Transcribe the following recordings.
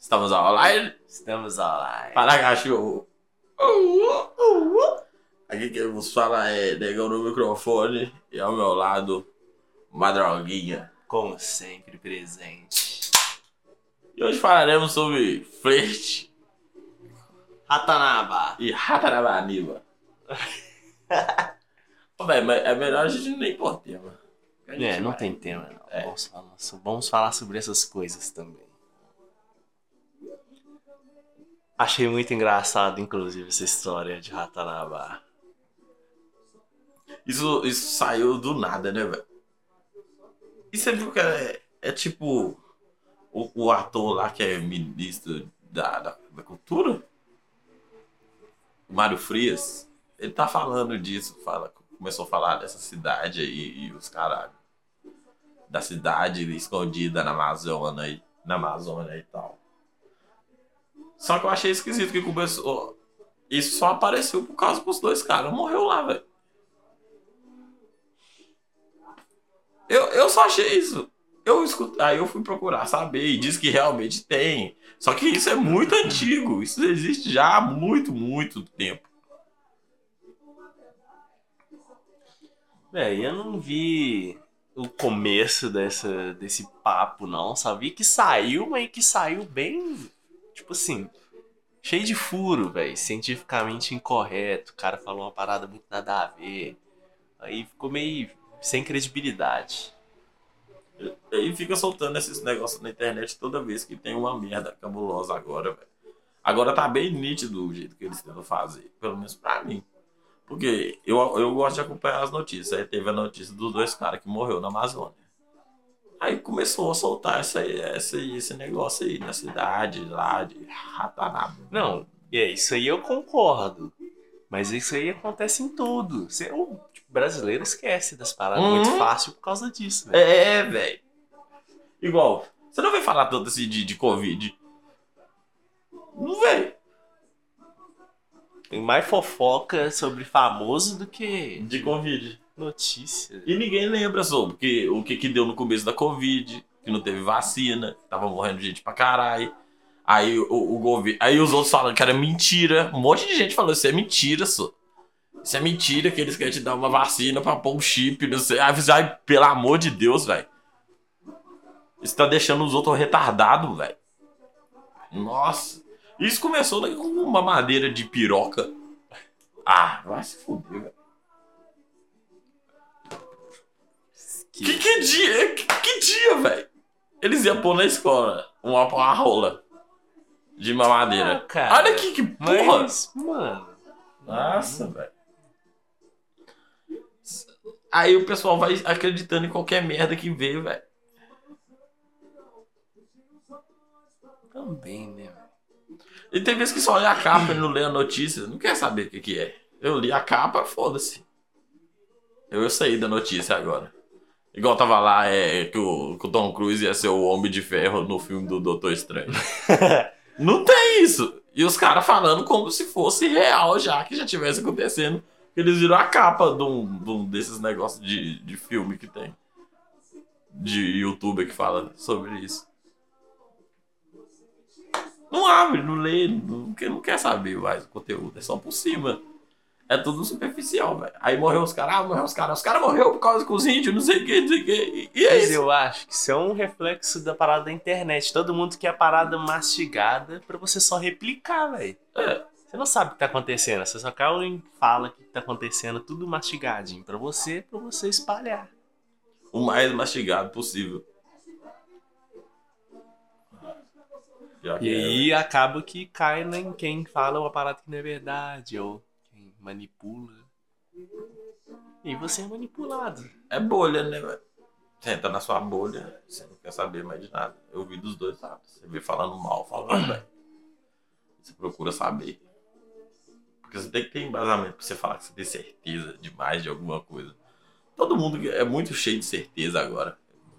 Estamos online? Estamos online. Fala, cachorro. Aqui quem vos fala é Negão no microfone e ao meu lado, Madroguinha. Como sempre, presente. E hoje falaremos sobre flerte Ratanaba. e Ratanabaniba. Velho, mas é melhor a gente nem pôr tema. Não tem tema, não. É. Vamos falar sobre essas coisas também. Achei muito engraçado, inclusive, essa história de Ratanaba. Isso saiu do nada, né, velho? E você viu que é tipo o ator lá que é ministro da cultura? O Mário Frias. Ele tá falando disso, começou a falar dessa cidade aí e os caralho. Da cidade escondida na Amazônia e tal. Só que eu achei esquisito que começou. Isso só apareceu por causa que os dois caras morreu lá, velho. Eu só achei isso. Aí eu fui procurar saber e diz que realmente tem. Só que isso é muito antigo. Isso existe já há muito, muito tempo. Véi, eu não vi o começo desse papo, não. Só vi que saiu, mas que saiu bem, tipo assim, cheio de furo, velho. Cientificamente incorreto. O cara falou uma parada muito nada a ver. Aí ficou meio sem credibilidade. E fica soltando esses negócios na internet toda vez que tem uma merda cabulosa agora, velho. Agora tá bem nítido o jeito que eles tentam fazer. Pelo menos pra mim. Porque eu gosto de acompanhar as notícias. Aí teve a notícia dos dois caras que morreu na Amazônia. Aí começou a soltar esse negócio aí na cidade lá de Ratanaba. Não, isso aí eu concordo. Mas isso aí acontece em tudo. O brasileiro esquece das paradas muito fácil por causa disso, velho. Velho. Igual, você não vai falar tanto assim de Covid. Não vem. Tem mais fofoca sobre famoso do que De Covid. notícia. E ninguém lembra sobre o que deu no começo da Covid, que não teve vacina, tava morrendo gente pra caralho. Aí o governo. Aí os outros falam que era mentira. Um monte de gente falou: isso é mentira, só. Isso é mentira que eles querem te dar uma vacina pra pôr um chip, não sei. Ai, pelo amor de Deus, velho. Isso tá deixando os outros retardados, velho. Nossa. Isso começou com uma madeira de piroca. Ah, vai se fuder, velho. Que dia, velho? Eles iam pôr na escola uma rola de mamadeira. Cara, olha aqui, que porra. Mas, mano. Nossa, velho. Aí o pessoal vai acreditando em qualquer merda que vê, velho. Também, né, velho? E tem vezes que só olha a capa e não lê a notícia. Não quer saber o que é. Eu li a capa, foda-se. Eu saí da notícia agora. Igual tava lá, que o Tom Cruise ia ser o Homem de Ferro no filme do Doutor Estranho. Não tem isso. E os caras falando como se fosse real já, que já tivesse acontecendo. Eles viram a capa de um desses negócios de filme que tem. De youtuber que fala sobre isso. Não abre, não lê, não quer saber mais o conteúdo. É só por cima. É tudo superficial, velho. Aí morreu os caras, Os caras morreram por causa que os índios, não sei o que. E é Mas isso. eu acho que isso é um reflexo da parada da internet. Todo mundo quer a parada mastigada pra você só replicar, velho. Você não sabe o que tá acontecendo. Você só quer alguém fala o que tá acontecendo, tudo mastigadinho pra você espalhar. O mais mastigado possível. E aí acaba que cai em quem fala uma parada que não é verdade, ou quem manipula. E você é manipulado. É bolha, né, velho? Você entra na sua bolha, você não quer saber mais de nada. Eu vi dos dois lados. Você vê falando mal, falando bem. Você procura saber. Porque você tem que ter embasamento pra você falar que você tem certeza demais de alguma coisa. Todo mundo é muito cheio de certeza agora.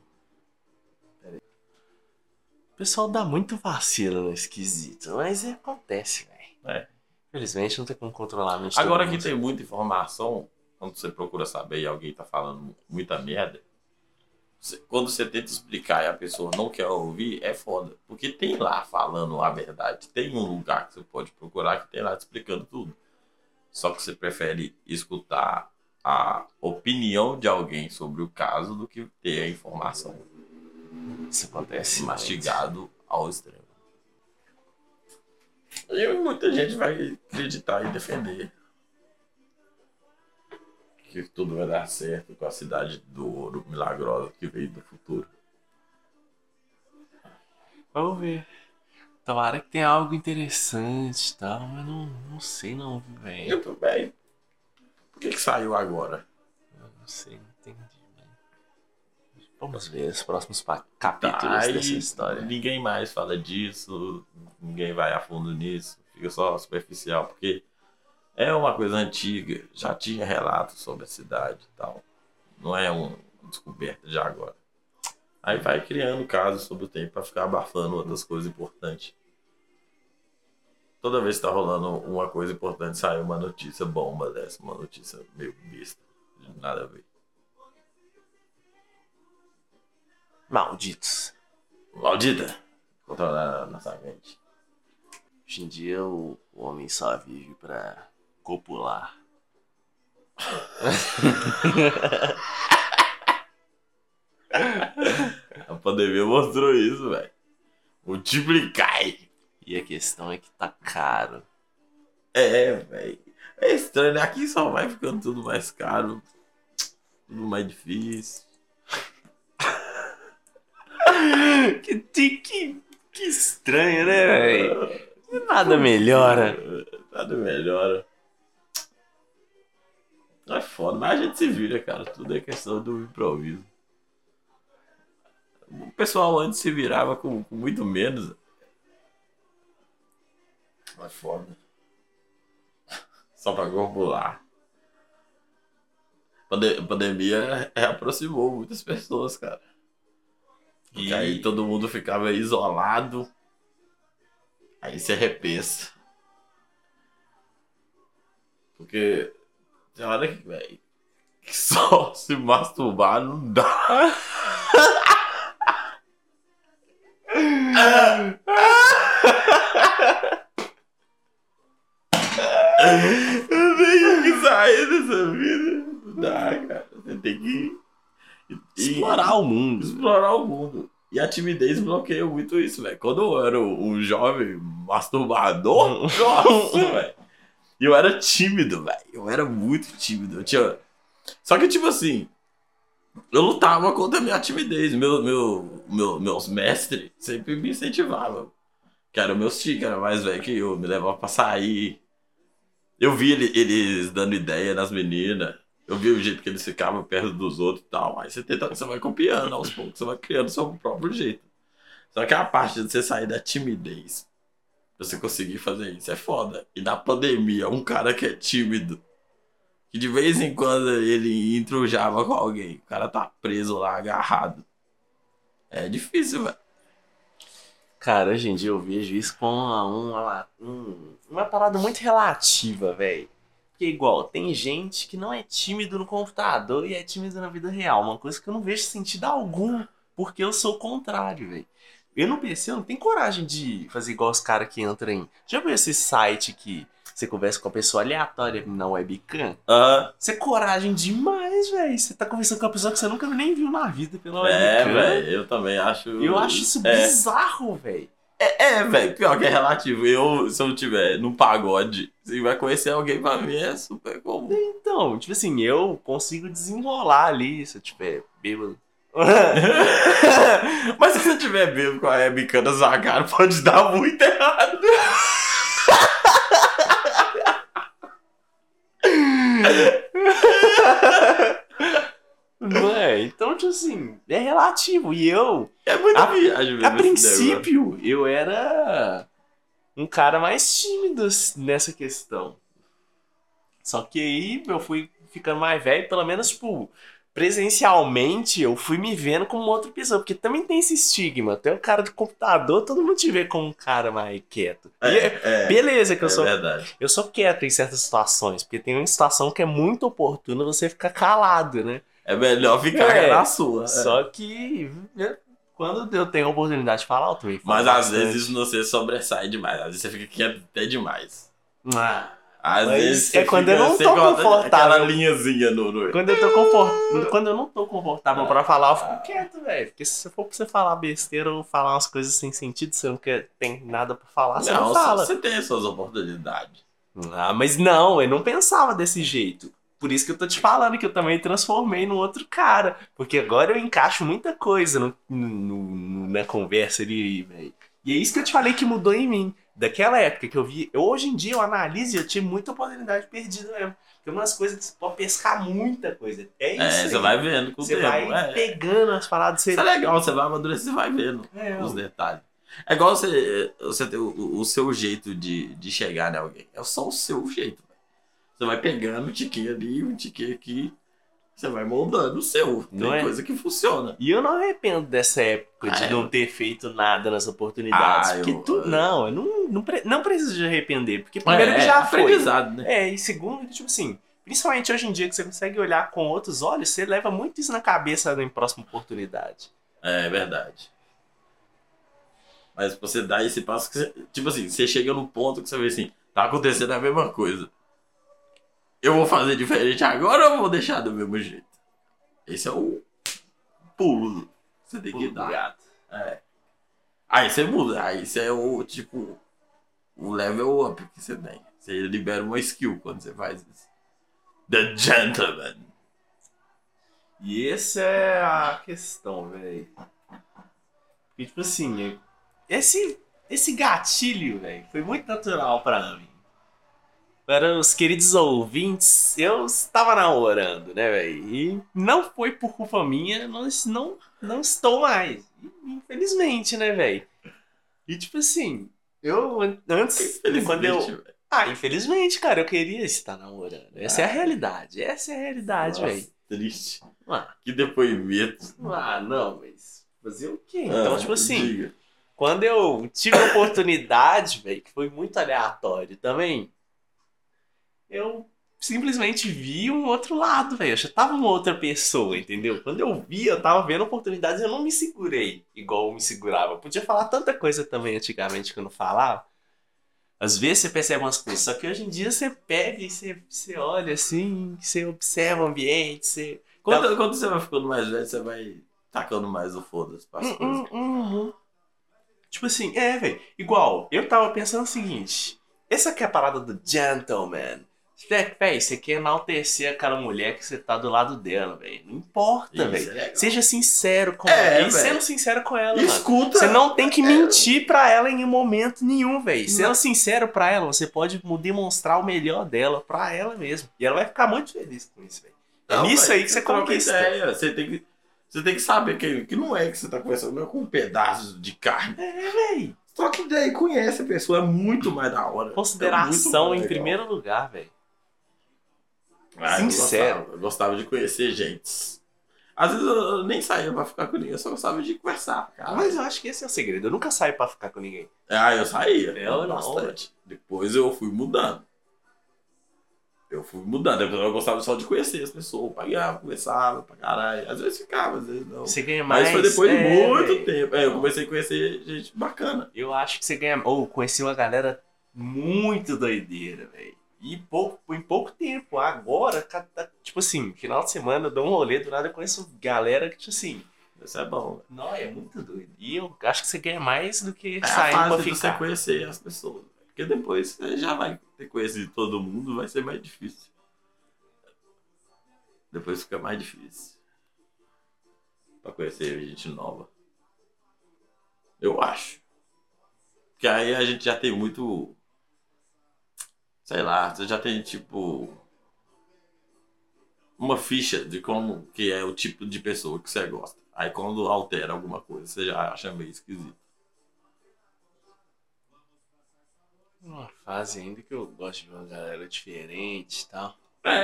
O pessoal dá muito vacilo no esquisito, mas acontece, velho. Infelizmente não tem como controlar a mente. Agora que tem muita informação, quando você procura saber e alguém tá falando muita merda, quando você tenta explicar e a pessoa não quer ouvir, é foda. Porque tem lá falando a verdade. Tem um lugar que você pode procurar que tem lá te explicando tudo. Só que você prefere escutar a opinião de alguém sobre o caso do que ter a informação. Isso acontece Mastigado ao extremo. E muita gente vai acreditar e defender que tudo vai dar certo com a cidade do ouro milagrosa que veio do futuro. Vamos ver. Tomara que tenha algo interessante e tal, mas não sei não, velho. Eu também. Por que saiu agora? Eu não sei, não entendi, velho. Vamos ver os próximos capítulos dessa história. Ninguém mais fala disso, ninguém vai a fundo nisso, fica só superficial, porque é uma coisa antiga, já tinha relatos sobre a cidade e tal. Não é uma descoberta de agora. Aí vai criando casos sobre o tempo pra ficar abafando outras coisas importantes. Toda vez que tá rolando uma coisa importante, sai uma notícia bomba dessa, uma notícia meio besta, nada a ver. Malditos. Maldita! Controlar a nossa mente. Hoje em dia o homem só vive pra copular. A pandemia mostrou isso, velho. Multiplicai! E a questão é que tá caro. É, velho. É estranho, né? Aqui só vai ficando tudo mais caro, tudo mais difícil. Que estranho, né, velho? Nada melhora. Nada melhora. É foda, mas a gente se vira, cara. Tudo é questão do improviso. O pessoal antes se virava com muito menos. É foda. Só pra corpular. A pandemia reaproximou muitas pessoas, cara. Porque aí todo mundo ficava isolado. Aí você repensa. Porque tem hora que, velho, que só se masturbar não dá. Eu tenho que sair dessa vida. Não dá, cara. Você tem que Explorar o mundo. Explorar o mundo. E a timidez bloqueia muito isso, velho. Quando eu era um jovem masturbador, nossa, velho. E eu era tímido, velho. Eu era muito tímido. Eu tinha... Só que, tipo assim, eu lutava contra a minha timidez. Meus mestres sempre me incentivavam. Que eram meus tios, que era mais velho que eu, me levavam pra sair. Eu vi eles dando ideia nas meninas. Eu vi o jeito que eles ficavam perto dos outros e tal. Aí você vai copiando aos poucos, você vai criando o seu próprio jeito. Só que a parte de você sair da timidez, você conseguir fazer isso é foda. E na pandemia, um cara que é tímido, que de vez em quando ele entrujava com alguém, o cara tá preso lá, agarrado. É difícil, velho. Cara, hoje em dia eu vejo isso com uma parada muito relativa, velho. Porque igual, tem gente que não é tímido no computador e é tímido na vida real. Uma coisa que eu não vejo sentido algum, porque eu sou o contrário, velho. Eu no PC eu não tenho coragem de fazer igual os caras que entram em... Já viu esse site que você conversa com a pessoa aleatória na webcam? Você é coragem demais, velho. Você tá conversando com uma pessoa que você nunca nem viu na vida pela webcam. Velho, eu também acho... Eu acho isso bizarro, velho. Velho, pior que é relativo. Se eu tiver no pagode, você vai conhecer alguém pra mim, é super comum. Então, tipo assim, eu consigo desenrolar ali se eu tiver bêbado. Mas se você tiver bêbado com a webcam na sua cara, pode dar muito errado. Não é? Então, tipo assim, é relativo. E eu... É muita viagem mesmo. A princípio, eu era um cara mais tímido nessa questão. Só que aí eu fui ficando mais velho, pelo menos, tipo, presencialmente, eu fui me vendo como outra pessoa. Porque também tem esse estigma. Tem um cara de computador, todo mundo te vê como um cara mais quieto. Beleza que eu sou... Verdade. Eu sou quieto em certas situações. Porque tem uma situação que é muito oportuna você ficar calado, né? É melhor ficar na sua. Só que quando eu tenho a oportunidade de falar, eu também falo Mas às bastante. vezes você sobressai demais. Às vezes você fica quieto até demais. Ah, Às mas vezes você quando fica, eu não você tô corta confortável. aquela linhazinha no... Quando eu não tô confortável pra falar, eu fico quieto, velho. Porque se for pra você falar besteira ou falar umas coisas sem sentido, você não tem nada pra falar, você não fala. Você tem as suas oportunidades. Ah, mas não, eu não pensava desse jeito. Por isso que eu tô te falando que eu também transformei num outro cara. Porque agora eu encaixo muita coisa na conversa ali, velho. E é isso que eu te falei que mudou em mim. Daquela época que eu vi. Hoje em dia eu analiso e eu tive muita oportunidade perdida mesmo. Porque umas coisas que você pode pescar muita coisa. É isso aí. Você vai vendo com o Você tempo. vai pegando as paradas. Isso é legal, você vai amadurecer, você vai vendo os detalhes. É igual você ter o seu jeito de chegar em alguém. É só o seu jeito. Você vai pegando um tiquinho ali, um tiquinho aqui. Você vai moldando o seu. Tem coisa que funciona. E eu não arrependo dessa época de não ter feito nada nas oportunidades. Porque eu não preciso de arrepender. Porque primeiro que já foi. Aprendizado, né? E segundo, tipo assim, principalmente hoje em dia que você consegue olhar com outros olhos, você leva muito isso na cabeça na próxima oportunidade. É verdade. Mas você dá esse passo que você, tipo assim, você chega no ponto que você vê assim, tá acontecendo a mesma coisa. Eu vou fazer diferente agora ou eu vou deixar do mesmo jeito? Esse é o pulo que você tem que dar. Aí você muda, aí você é o tipo o level up que você tem. Você libera uma skill quando você faz isso. The Gentleman. E essa é a questão, velho. Porque, tipo assim, esse gatilho, velho, foi muito natural pra mim. Para os queridos ouvintes, eu estava namorando, né, velho? E não foi por culpa minha, não estou mais. Infelizmente, né, velho? E tipo assim, eu antes, quando eu... infelizmente, cara, eu queria estar namorando. Essa é a realidade, velho. Triste. Que depoimento. Não, mas fazer o quê? Então, tipo assim, quando eu tive a oportunidade, velho, que foi muito aleatório também, eu simplesmente vi um outro lado, velho. Eu já tava uma outra pessoa, entendeu? Quando eu vi, eu tava vendo oportunidades e eu não me segurei igual eu me segurava. Eu podia falar tanta coisa também antigamente que eu não falava. Às vezes você percebe umas coisas, só que hoje em dia você pega e você olha assim, você observa o ambiente, você... Quando você vai ficando mais velho, você vai tacando mais o foda-se para as coisas. Tipo assim, velho. Igual, eu tava pensando o seguinte, essa aqui é a parada do gentleman. Véi, você quer enaltecer aquela mulher que você tá do lado dela, velho. Não importa, velho. Seja sincero com ela. E sendo sincero com ela, escuta. Mano. Você não tem que mentir pra ela em momento nenhum, velho. Sendo sincero pra ela, você pode demonstrar o melhor dela pra ela mesmo. E ela vai ficar muito feliz com isso, velho. É nisso aí que você conquista. Você tem que saber que não é que você tá conversando, não é com um pedaço de carne. Velho. Só que daí conhece a pessoa, é muito mais da hora. Consideração em primeiro lugar, velho. Sincero. Eu gostava de conhecer gente. Às vezes eu nem saía pra ficar com ninguém, eu só gostava de conversar, cara. Mas eu acho que esse é o segredo. Eu nunca saio pra ficar com ninguém. Eu saía. Eu bastante. Depois eu fui mudando. Depois eu gostava só de conhecer as pessoas. Pagava, conversava pra caralho. Às vezes ficava, às vezes não. Você ganha mais. Mas foi depois de muito tempo. Eu comecei a conhecer gente bacana. Eu acho que você ganha. Conheci uma galera muito doideira, velho. E em pouco tempo. Agora, tipo assim, final de semana eu dou um rolê, do nada eu conheço galera que, tipo assim. Isso é bom. Não, é muito doido. E eu acho que você ganha mais do que saindo pra ficar. Você conhecer as pessoas. Porque depois você já vai ter conhecido todo mundo, vai ser mais difícil. Depois fica mais difícil. Pra conhecer gente nova. Eu acho. Porque aí a gente já tem muito... Sei lá, você já tem tipo... uma ficha de como que é o tipo de pessoa que você gosta. Aí quando altera alguma coisa, você já acha meio esquisito. Uma fase ainda que eu gosto de uma galera diferente e tal.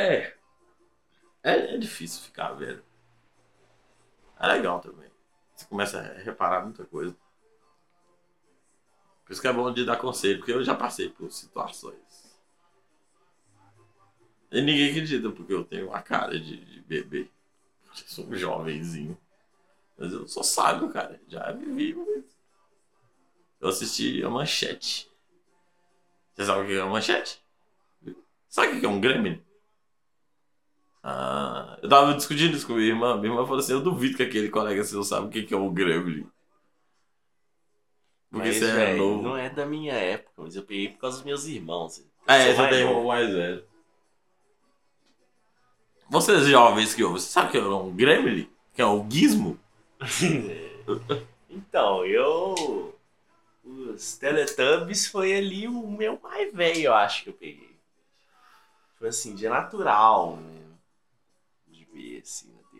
É difícil ficar velho. É legal também. Você começa a reparar muita coisa. Por isso que é bom de dar conselho, porque eu já passei por situações. E ninguém acredita, porque eu tenho uma cara de bebê. sou um jovenzinho. Mas eu sou sábio, cara. Já vivi muito. Eu assisti a Manchete. Você sabe o que é a Manchete? Sabe o que é um Gremlin? Eu tava discutindo isso com minha irmã. Minha irmã falou assim: eu duvido que aquele colega seu sabe o que é um Gremlin. Porque Mas, você é velho, novo. não é da minha época, mas eu peguei por causa dos meus irmãos. Você tem um mais velho. Vocês jovens que ouvem, você sabe o que é um Gremlin? Que é um gizmo? Então, os Teletubbies foi ali o meu mais velho, eu acho que eu peguei. Foi assim, dia natural, né? De ver assim na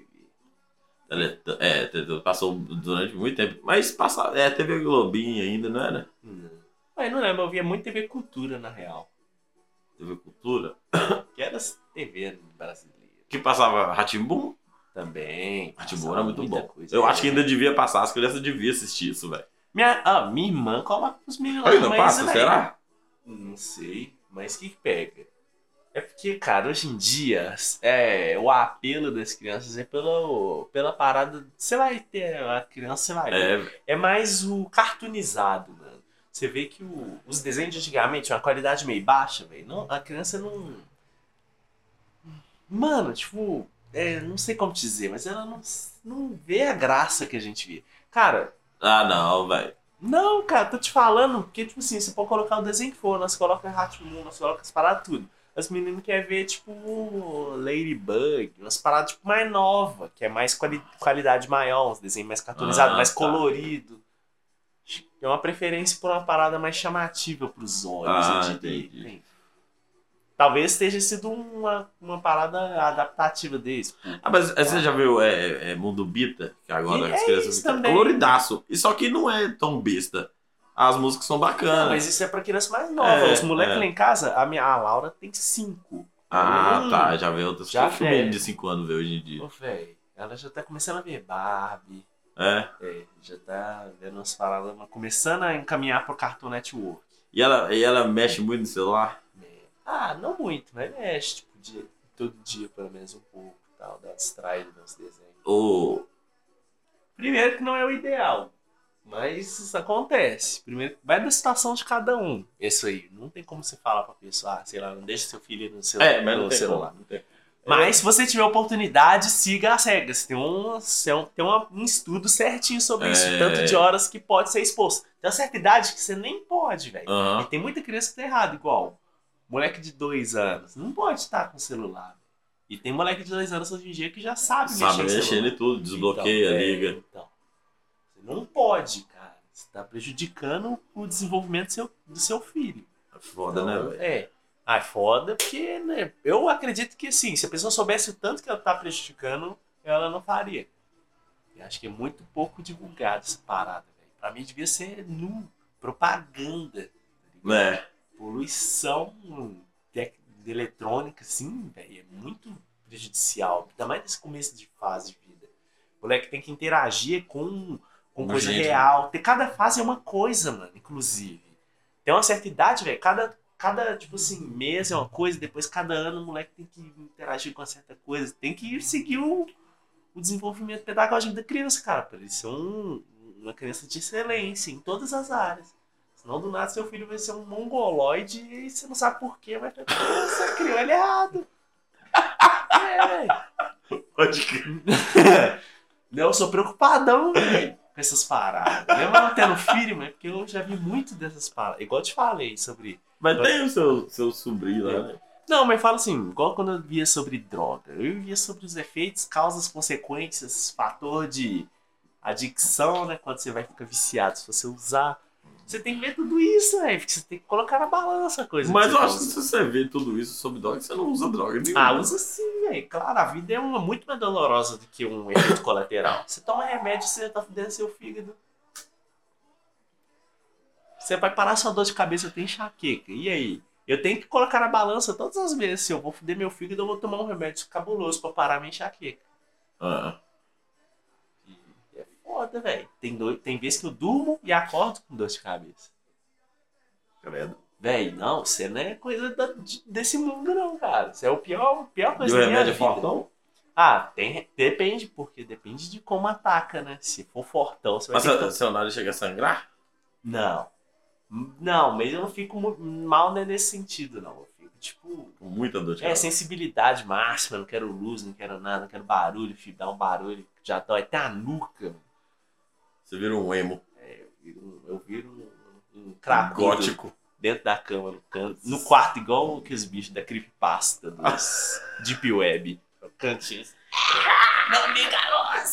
TV. Passou durante muito tempo. Mas TV Globinho ainda, não era? Mas não lembro, eu via muito TV Cultura, na real. TV Cultura? Que era TV brasileira. Que passava Rá-Tim-Bum? Também. Rá-Tim-Bum era muito bom. Coisa, eu acho que ainda devia passar, as crianças deviam assistir isso, velho. Minha irmã coloca os meninos lá. Ainda passa, será? Não sei, mas o que pega? É porque, cara, hoje em dia, o apelo das crianças é pela parada. Você vai ter a criança, você vai ver. É mais o cartoonizado, mano. Você vê que os desenhos de antigamente tinham uma qualidade meio baixa, velho. A criança não. Mano, tipo, não sei como te dizer, mas ela não vê a graça que a gente vê. Cara. Não, velho. Não, cara, tô te falando, porque, tipo assim, você pode colocar o desenho que for, nós colocamos Rá-Tim-Bum, nós colocamos as paradas tudo. As meninas querem ver, tipo, Ladybug, umas paradas, tipo, mais nova, que é mais qualidade maior, uns desenhos mais cartoonizados, mais colorido. Tem uma preferência por uma parada mais chamativa pros olhos, entendi. Talvez tenha sido uma parada adaptativa desse. Mas você já viu Mundo Bita? Que agora as crianças ficam coloridaço. E só que não é tão besta. As músicas são bacanas. Não, mas isso é pra criança mais nova. Os moleques lá em casa, a Laura tem 5. Tá. Já vê outras coisas que o menino de 5 anos vê hoje em dia. Velho, ela já tá começando a ver Barbie. Já tá vendo umas paradas, começando a encaminhar pro Cartoon Network. E ela mexe muito no celular? Não muito, mas mexe, tipo, todo dia, pelo menos um pouco e tal, dá uma distraída nos desenhos. Primeiro que não é o ideal, mas isso acontece. Primeiro, vai da situação de cada um. Isso aí, não tem como você falar pra pessoa, sei lá, não deixa seu filho no celular. Mas se você tiver oportunidade, siga as regras. Tem um estudo certinho sobre isso, tanto de horas que pode ser exposto. Tem uma certa idade que você nem pode, velho. E tem muita criança que tá errado, igual. Moleque de 2 anos não pode estar com celular. E tem moleque de 2 anos hoje em dia que já sabe mexer em tudo, desbloqueia, liga. Então, você não pode, cara. Você tá prejudicando o desenvolvimento do seu filho. É foda, né, velho? É foda porque, né? Eu acredito que, assim, se a pessoa soubesse o tanto que ela tá prejudicando, ela não faria. Eu acho que é muito pouco divulgado essa parada, velho. Pra mim devia ser propaganda. Tá poluição de eletrônica, assim, velho, é muito prejudicial. Ainda mais nesse começo de fase de vida. O moleque tem que interagir com coisa real. Cada fase é uma coisa, mano, inclusive. Tem uma certa idade, velho, cada, tipo assim, mês é uma coisa, depois cada ano o moleque tem que interagir com uma certa coisa. Tem que seguir o desenvolvimento pedagógico da criança, cara, para ele ser uma criança de excelência em todas as áreas. Senão, do nada, seu filho vai ser um mongoloide e você não sabe porquê, mas você criou ele errado. Pode crer. Eu sou preocupadão, velho, com essas paradas. Mesmo não tendo filho, mas porque eu já vi muito dessas paradas. Igual eu te falei sobre... Mas tem o seu sobrinho lá, né? Não, mas fala assim, igual quando eu via sobre droga. Eu via sobre os efeitos, causas, consequências, fator de adicção, né? Quando você vai ficar viciado, se você usar... Você tem que ver tudo isso, velho. Porque você tem que colocar na balança a coisa. Mas eu acho que se você vê tudo isso sobre droga, você não usa droga nenhuma. Usa sim, velho. Claro, a vida é muito mais dolorosa do que um efeito colateral. Você toma remédio, você tá fudendo seu fígado. Você vai parar sua dor de cabeça, eu tenho enxaqueca. E aí? Eu tenho que colocar na balança todas as vezes. Se eu vou fuder meu fígado, eu vou tomar um remédio cabuloso pra parar minha enxaqueca. É foda, velho. Tem vezes que eu durmo e acordo com dor de cabeça. Credo. Véi, não, você não é coisa desse mundo, não, cara. Você é o pior coisa da da minha vida. vida. Ah, depende, porque depende de como ataca, né? Se for fortão, você vai Mas ter que... seu nariz chega a sangrar? Não. Não, mas eu não fico mal né, nesse sentido, não. Eu fico, tipo... Com muita dor de cabeça. sensibilidade máxima, não quero luz, não quero nada, não quero barulho, filho. Dá um barulho, já dói até a nuca. Você vira um emo. Eu viro um cracudo Gótico. dentro da cama, no canto. No quarto, igual aqueles bichos da creepypasta dos Deep Web. No cantinho. Não liga a luz!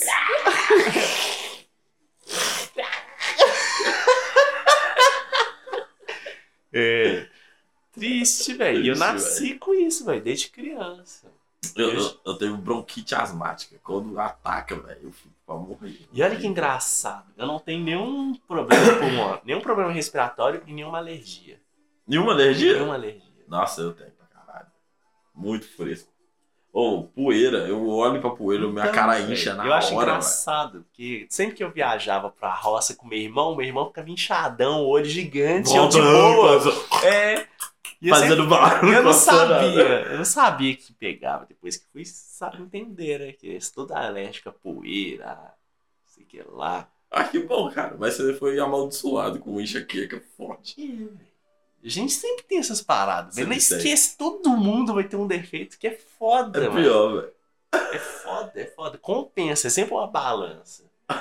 É. Triste, velho. E eu Triste, nasci com isso, velho, desde criança. Eu tenho bronquite asmática. Quando ataca, velho, eu fico pra morrer. E olha que engraçado. Eu não tenho nenhum problema pulmonar, nenhum problema respiratório e nenhuma alergia. Nenhuma alergia? Nenhuma alergia. Nossa, eu tenho pra caralho. Muito fresco. Ô, poeira. Eu olho pra poeira, minha cara incha na hora. Eu acho engraçado, porque sempre que eu viajava pra roça com meu irmão ficava inchadão, olho gigante, eu de boa. E eu Fazendo barulho. Eu não sabia que pegava. Depois que fui entender, né? Que eu sou toda alérgica, poeira, não sei o que lá. Ah, que bom, cara. Mas você foi amaldiçoado com enxaqueca forte. A gente sempre tem essas paradas. Sempre Não esquece, todo mundo vai ter um defeito que é foda, É mano. pior, velho. É foda. Compensa, é sempre uma balança.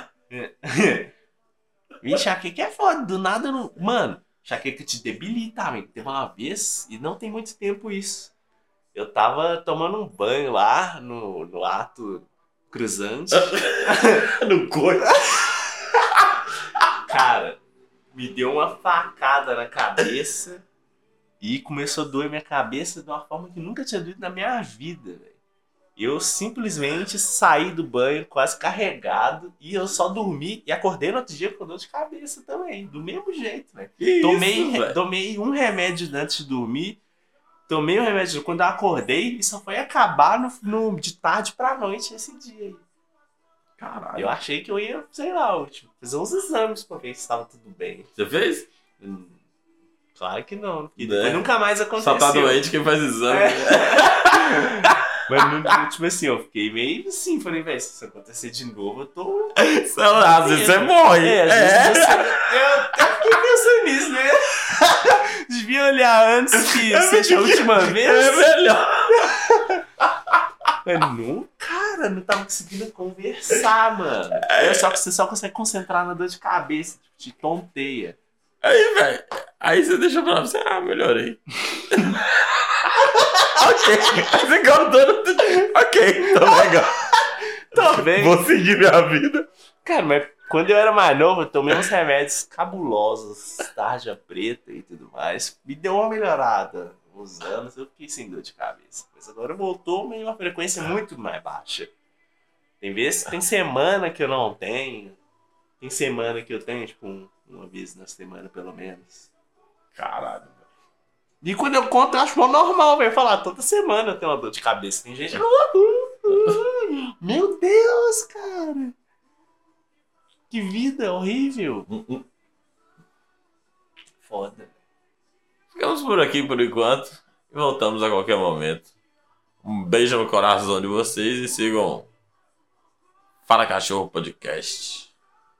Enxaqueca é foda, do nada não... Mano, enxaqueca te debilita, amigo. Teve uma vez, e não tem muito tempo isso. Eu tava tomando um banho lá, no ato cruzante. No coito. Cara, me deu uma facada na cabeça e começou a doer minha cabeça de uma forma que nunca tinha doído na minha vida, velho. Eu simplesmente saí do banho quase carregado e eu só dormi e acordei no outro dia com dor de cabeça também, do mesmo jeito, velho. Tomei um remédio antes de dormir, tomei um remédio quando eu acordei e só foi acabar de tarde pra noite esse dia aí. Caralho. Eu achei que eu ia, sei lá, fazer uns exames pra ver se estava tudo bem. Você fez? Claro que não. E depois nunca mais aconteceu. Só tá doente quem faz exame. Mas, tipo assim, eu fiquei meio assim. Falei, velho, se isso acontecer de novo, eu tô... Às vezes você morre. Eu fiquei pensando nisso, né? Devia olhar antes que seja a última vez. É melhor. Eu não tava conseguindo conversar, mano. Só que você só consegue concentrar na dor de cabeça, tipo, te tonteia. Aí, velho. Aí você deixa pra você, melhorei. Ok. Você gostou. Ok, tô legal. Tô bem. Vou seguir minha vida. Cara, mas quando eu era mais novo, eu tomei uns remédios cabulosos, tarja preta e tudo mais. Me deu uma melhorada. Uns anos eu fiquei sem dor de cabeça. Mas agora voltou meio uma frequência muito mais baixa. Tem semana que eu não tenho. Tem semana que eu tenho, tipo, uma vez na semana pelo menos. Caralho. E quando eu conto, eu acho mó normal, velho. Falar, toda semana eu tenho uma dor de cabeça. Tem gente. Meu Deus, cara. Que vida horrível. Foda. Ficamos por aqui por enquanto e voltamos a qualquer momento. Um beijo no coração de vocês e sigam Fala Cachorro Podcast.